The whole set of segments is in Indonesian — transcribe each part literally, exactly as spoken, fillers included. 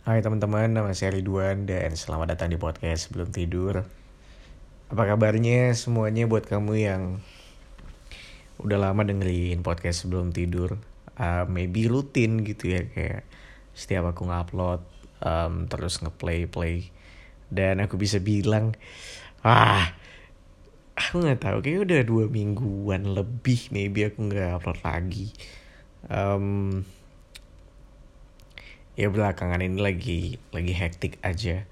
Hai teman-teman, nama saya Ridwan dan selamat datang di podcast Sebelum Tidur. Apa kabarnya semuanya buat kamu yang udah lama dengerin podcast Sebelum Tidur? Uh, maybe rutin gitu ya, kayak setiap aku ngupload um, terus ngeplay-play. Dan aku bisa bilang, ah, aku nggak tahu, kayak udah dua mingguan lebih maybe aku nggak upload lagi. Um, ya belakangan ini lagi lagi hektik aja.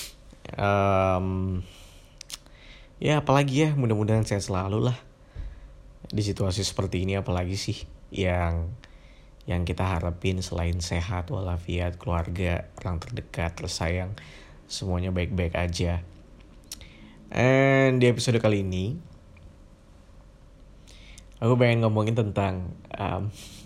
Um, ya apalagi ya, mudah-mudahan sehat selalu lah. Di situasi seperti ini apalagi sih yang yang kita harapin selain sehat walafiat, keluarga, orang terdekat, tersayang, semuanya baik-baik aja. And di episode kali ini aku pengen ngomongin tentang um,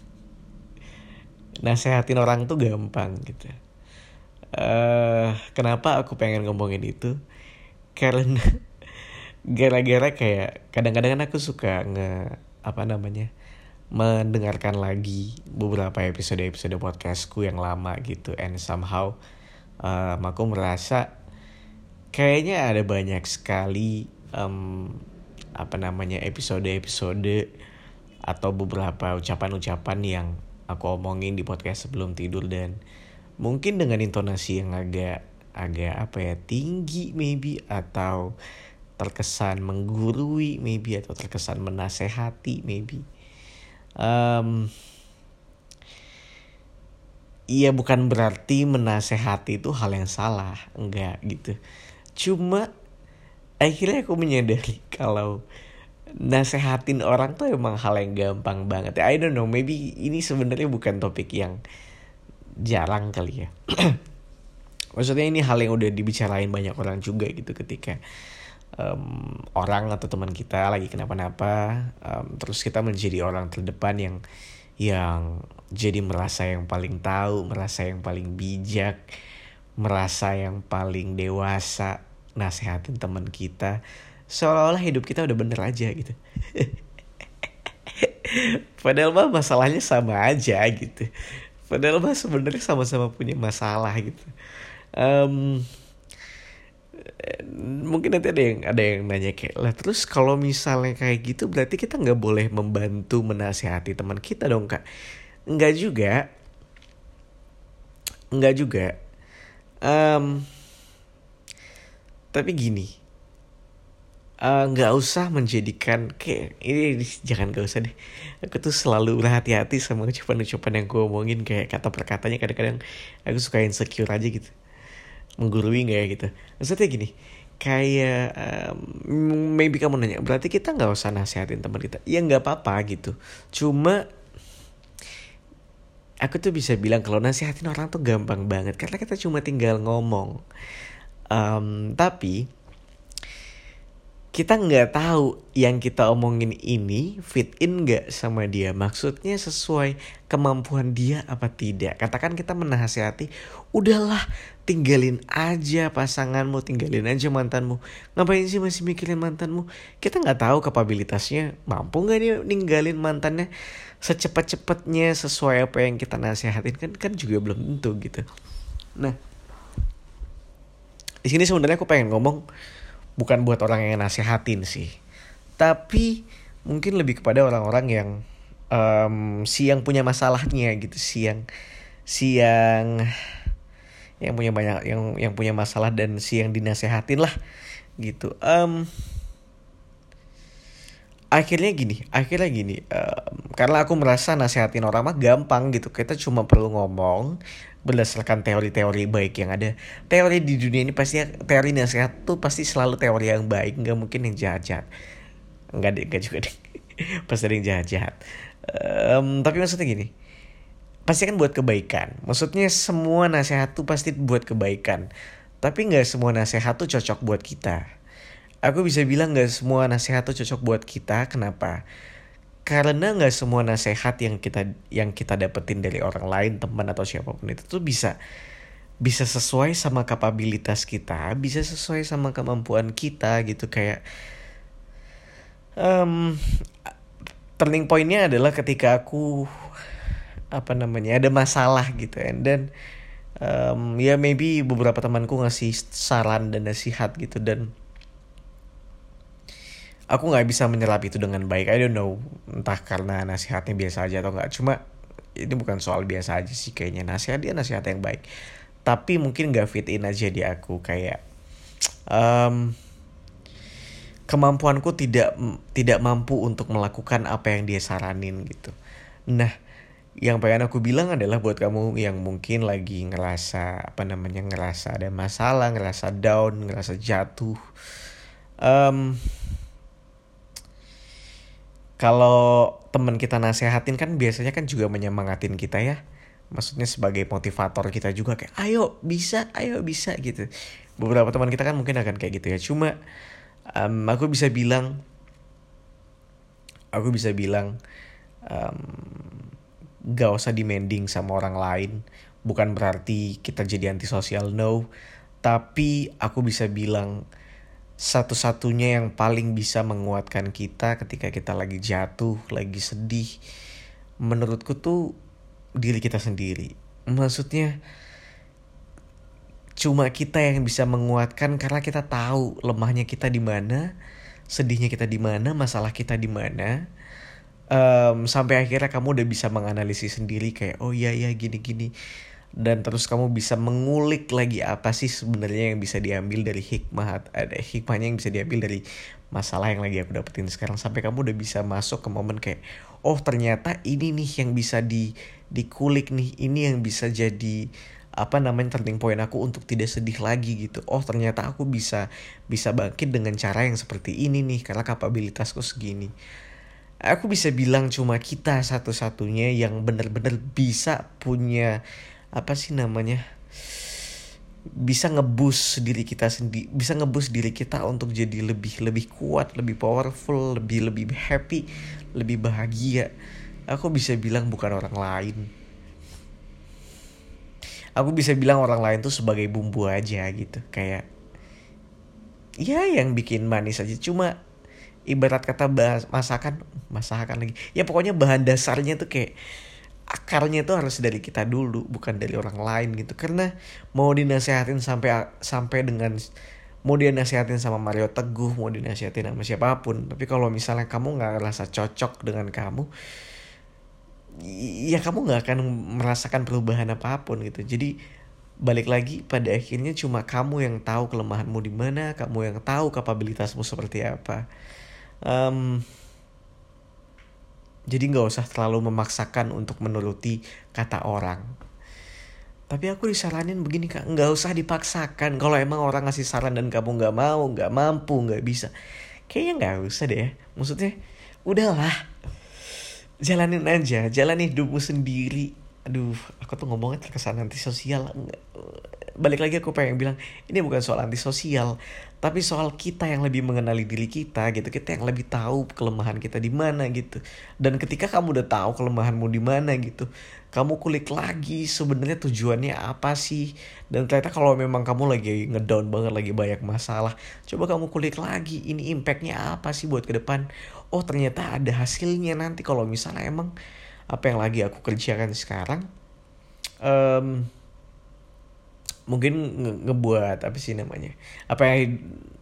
nasehatin orang tuh gampang gitu. Uh, kenapa aku pengen ngomongin itu? Karena gara-gara kayak kadang-kadang kan aku suka nge apa namanya mendengarkan lagi beberapa episode-episode podcastku yang lama gitu, and somehow um, aku merasa kayaknya ada banyak sekali um, apa namanya episode-episode atau beberapa ucapan-ucapan yang aku omongin di podcast Sebelum Tidur, dan mungkin dengan intonasi yang agak agak apa ya tinggi maybe, atau terkesan menggurui maybe, atau terkesan menasehati maybe. Um, iya bukan berarti menasehati itu hal yang salah, enggak gitu. Cuma akhirnya aku menyadari kalau nasehatin orang tuh emang hal yang gampang banget. I don't know, maybe ini sebenarnya bukan topik yang jarang kali ya. Maksudnya ini hal yang udah dibicarain banyak orang juga gitu, ketika um, orang atau teman kita lagi kenapa-napa, um, terus kita menjadi orang terdepan yang yang jadi merasa yang paling tahu, merasa yang paling bijak, merasa yang paling dewasa, nasehatin teman kita seolah-olah hidup kita udah bener aja gitu. Padahal mah masalahnya sama aja gitu. Padahal mah sebenarnya sama-sama punya masalah gitu. Um, mungkin nanti ada yang ada yang nanya kayak, lah terus kalau misalnya kayak gitu berarti kita nggak boleh membantu menasehati teman kita dong kak? Nggak juga, nggak juga. Um, tapi gini. Nggak uh, usah menjadikan kayak ini, jangan gak usah deh. Aku tuh selalu berhati-hati sama ucapan-ucapan yang gue omongin, kayak kata per katanya kadang-kadang aku suka insecure aja gitu, menggurui nggak ya gitu. Maksudnya gini, kayak um, maybe kamu nanya berarti kita nggak usah nasihatin teman kita? Ya nggak apa-apa gitu. Cuma aku tuh bisa bilang kalau nasihatin orang tuh gampang banget karena kita cuma tinggal ngomong. Um, tapi kita nggak tahu yang kita omongin ini fit in nggak sama dia, maksudnya sesuai kemampuan dia apa tidak. Katakan kita menasehati, udahlah tinggalin aja pasanganmu, tinggalin aja mantanmu, ngapain sih masih mikirin mantanmu? Kita nggak tahu kapabilitasnya, mampu nggak dia ninggalin mantannya secepat-cepatnya sesuai apa yang kita nasehatin, kan kan juga belum tentu gitu. Nah, di sini sebenarnya aku pengen ngomong bukan buat orang yang nasehatin sih, tapi mungkin lebih kepada orang-orang yang um, si yang punya masalahnya gitu, si yang si yang yang punya banyak yang yang punya masalah dan si yang dinasehatin lah gitu. Um, akhirnya gini, akhirnya gini, um, karena aku merasa nasehatin orang mah gampang gitu. Kita cuma perlu ngomong berdasarkan teori-teori baik yang ada. Teori di dunia ini pasti, teori nasihat tuh pasti selalu teori yang baik, nggak mungkin yang jahat-jahat. Nggak deh, nggak juga deh. Pasti ada yang jahat-jahat. Um, tapi maksudnya gini, pasti kan buat kebaikan. Maksudnya semua nasihat tuh pasti buat kebaikan. Tapi nggak semua nasihat tuh cocok buat kita. Aku bisa bilang nggak semua nasihat tuh cocok buat kita. Kenapa? Karena nggak semua nasihat yang kita yang kita dapetin dari orang lain, teman atau siapapun itu tuh bisa bisa sesuai sama kapabilitas kita, bisa sesuai sama kemampuan kita gitu. Kayak um, turning pointnya adalah ketika aku apa namanya ada masalah gitu, and then Um, ya maybe beberapa temanku ngasih saran dan nasihat gitu, dan aku nggak bisa menyerap itu dengan baik. I don't know, entah karena nasihatnya biasa aja atau nggak. Cuma ini bukan soal biasa aja sih, kayaknya nasihat dia nasihat yang baik, tapi mungkin nggak fit in aja di aku. Kayak um, kemampuanku tidak tidak mampu untuk melakukan apa yang dia saranin gitu. Nah, yang pengen aku bilang adalah buat kamu yang mungkin lagi ngerasa apa namanya ngerasa ada masalah, ngerasa down, ngerasa jatuh. Um, kalau teman kita nasehatin kan biasanya kan juga menyemangatin kita ya. Maksudnya sebagai motivator kita juga, kayak ayo bisa, ayo bisa gitu. Beberapa teman kita kan mungkin akan kayak gitu ya. Cuma um, aku bisa bilang, aku bisa bilang, um, gak usah demanding sama orang lain. Bukan berarti kita jadi antisosial, no. Tapi aku bisa bilang, satu-satunya yang paling bisa menguatkan kita ketika kita lagi jatuh, lagi sedih, menurutku tuh diri kita sendiri. Maksudnya cuma kita yang bisa menguatkan karena kita tahu lemahnya kita di mana, sedihnya kita di mana, masalah kita di mana. Um, sampai akhirnya kamu udah bisa menganalisis sendiri kayak oh iya iya gini gini, dan terus kamu bisa mengulik lagi apa sih sebenarnya yang bisa diambil dari hikmah, ada hikmahnya yang bisa diambil dari masalah yang lagi aku dapetin sekarang, sampai kamu udah bisa masuk ke momen kayak oh ternyata ini nih yang bisa di dikulik nih, ini yang bisa jadi apa namanya turning point aku untuk tidak sedih lagi gitu. Oh ternyata aku bisa bisa bangkit dengan cara yang seperti ini nih karena kapabilitasku segini. Aku bisa bilang cuma kita satu-satunya yang benar-benar bisa punya apa sih namanya, bisa ngeboost diri kita sendiri, bisa ngeboost diri kita untuk jadi lebih lebih kuat, lebih powerful, lebih lebih happy, lebih bahagia. Aku bisa bilang bukan orang lain. Aku bisa bilang orang lain tuh sebagai bumbu aja gitu, kayak ya yang bikin manis aja. Cuma ibarat kata bahas, masakan masakan lagi ya, pokoknya bahan dasarnya tuh kayak akarnya itu harus dari kita dulu, bukan dari orang lain gitu. Karena mau dinasehatin sampai sampai dengan mau dinasehatin sama Mario Teguh, mau dinasehatin sama siapapun, tapi kalau misalnya kamu nggak ngerasa cocok dengan kamu, ya kamu nggak akan merasakan perubahan apapun gitu. Jadi balik lagi pada akhirnya cuma kamu yang tahu kelemahanmu di mana, kamu yang tahu kapabilitasmu seperti apa. Um, jadi nggak usah terlalu memaksakan untuk menuruti kata orang. Tapi aku disaranin begini kak, nggak usah dipaksakan. Kalau emang orang ngasih saran dan kamu nggak mau, nggak mampu, nggak bisa, kayaknya nggak usah deh. Maksudnya, udahlah, jalanin aja, jalanin hidupmu sendiri. Aduh, aku tuh ngomongnya terkesan antisosial. Balik lagi aku pengen bilang, ini bukan soal antisosial, tapi soal kita yang lebih mengenali diri kita gitu. Kita yang lebih tahu kelemahan kita di mana gitu. Dan ketika kamu udah tahu kelemahanmu di mana gitu, kamu kulik lagi sebenarnya tujuannya apa sih. Dan ternyata kalau memang kamu lagi ngedown banget, lagi banyak masalah, coba kamu kulik lagi, ini impactnya apa sih buat ke depan. Oh ternyata ada hasilnya nanti kalau misalnya emang apa yang lagi aku kerjakan sekarang um, mungkin nge- ngebuat apa sih namanya, apa yang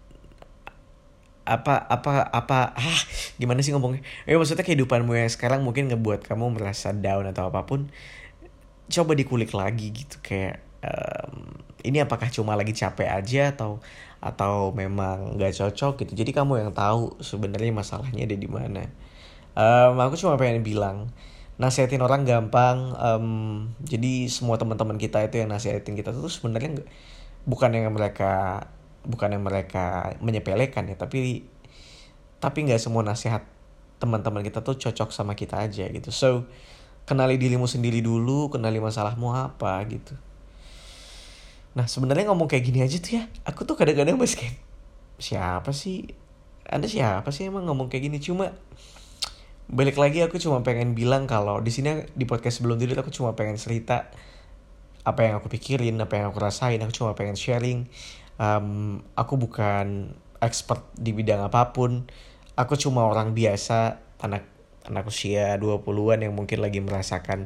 apa apa apa ah gimana sih ngomongnya, eh maksudnya kehidupanmu yang sekarang mungkin ngebuat kamu merasa down atau apapun, coba dikulik lagi gitu. Kayak um, ini apakah cuma lagi capek aja atau atau memang nggak cocok gitu. Jadi kamu yang tahu sebenarnya masalahnya ada di mana. Um, aku cuma pengen bilang, nasihatin orang gampang. Um, jadi semua teman-teman kita itu yang nasihatin kita tuh sebenarnya nggak, bukan yang mereka bukan yang mereka menyepelekan ya, tapi tapi nggak semua nasihat teman-teman kita tuh cocok sama kita aja gitu. So kenali dirimu sendiri dulu, kenali masalahmu apa gitu. Nah sebenarnya ngomong kayak gini aja tuh ya, aku tuh kadang-kadang masih kayak siapa sih, anda siapa sih emang ngomong kayak gini. Cuma balik lagi aku cuma pengen bilang kalau di sini di podcast sebelum tidur aku cuma pengen cerita apa yang aku pikirin, apa yang aku rasain. Aku cuma pengen sharing. Um, aku bukan expert di bidang apapun. Aku cuma orang biasa, anak anak usia dua puluhan yang mungkin lagi merasakan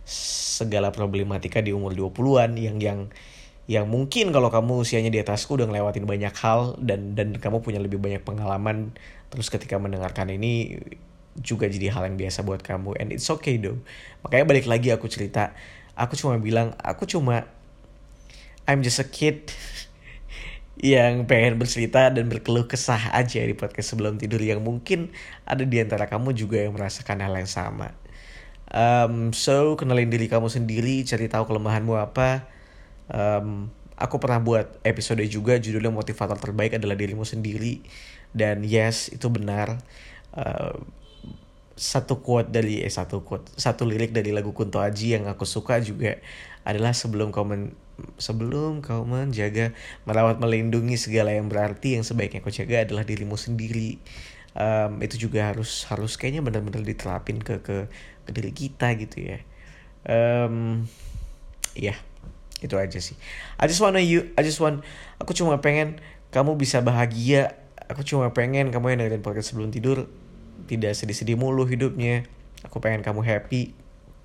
segala problematika di umur dua puluhan yang yang yang mungkin kalau kamu usianya di atasku udah ngelewatin banyak hal dan dan kamu punya lebih banyak pengalaman, terus ketika mendengarkan ini juga jadi hal yang biasa buat kamu, and it's okay though. Makanya balik lagi aku cerita, aku cuma bilang aku cuma I'm just a kid yang pengen bercerita dan berkeluh kesah aja di podcast sebelum tidur, yang mungkin ada di antara kamu juga yang merasakan hal yang sama. Um, so kenalin diri kamu sendiri, cari tahu kelemahanmu apa. Um, aku pernah buat episode juga judulnya motivator terbaik adalah dirimu sendiri, dan yes itu benar. Uh, satu quote dari eh satu quote satu lirik dari lagu Kunto Aji yang aku suka juga adalah sebelum kau men, sebelum kau menjaga, merawat, melindungi segala yang berarti, yang sebaiknya kau jaga adalah dirimu sendiri. Um, itu juga harus harus kayaknya benar-benar diterapin ke ke ke diri kita gitu ya. Um, ya yeah, itu aja sih. I just wanna you, I just want, aku cuma pengen kamu bisa bahagia. Aku cuma pengen kamu yang dengerin podcast sebelum tidur tidak sedih-sedih mulu hidupnya. Aku pengen kamu happy.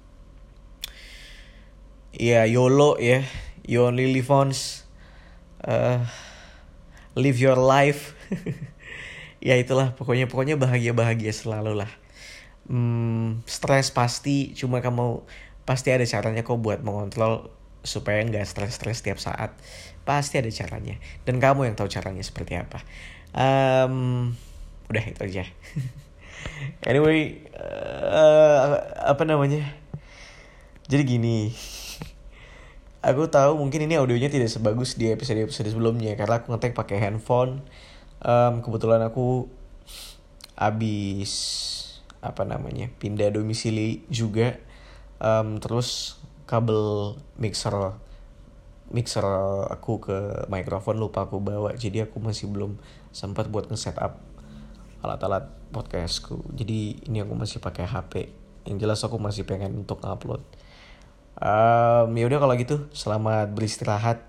Ya, YOLO ya. You only live once. Uh, live your life. Ya itulah, pokoknya pokoknya bahagia-bahagia selalu lah. Hmm, stres pasti, cuma kamu pasti ada caranya kok buat mengontrol supaya nggak stres-stres setiap saat. Pasti ada caranya. Dan kamu yang tahu caranya seperti apa. Um, udah itu aja. Anyway, uh, apa namanya? Jadi gini, aku tahu mungkin ini audionya tidak sebagus di episode-episode sebelumnya karena aku ngetek pakai handphone. Um, kebetulan aku abis apa namanya pindah domisili juga. Um, terus kabel mixer mixer aku ke mikrofon lupa aku bawa, jadi aku masih belum sempat buat nge-setup alat-alat podcastku. Jadi ini aku masih pakai H P. Yang jelas aku masih pengen untuk upload. Um, ya udah kalau gitu, selamat beristirahat.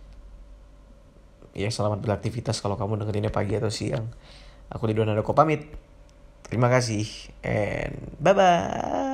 Ya selamat beraktivitas kalau kamu dengerinnya pagi atau siang. Aku Ridwan Handoko pamit. Terima kasih and bye bye.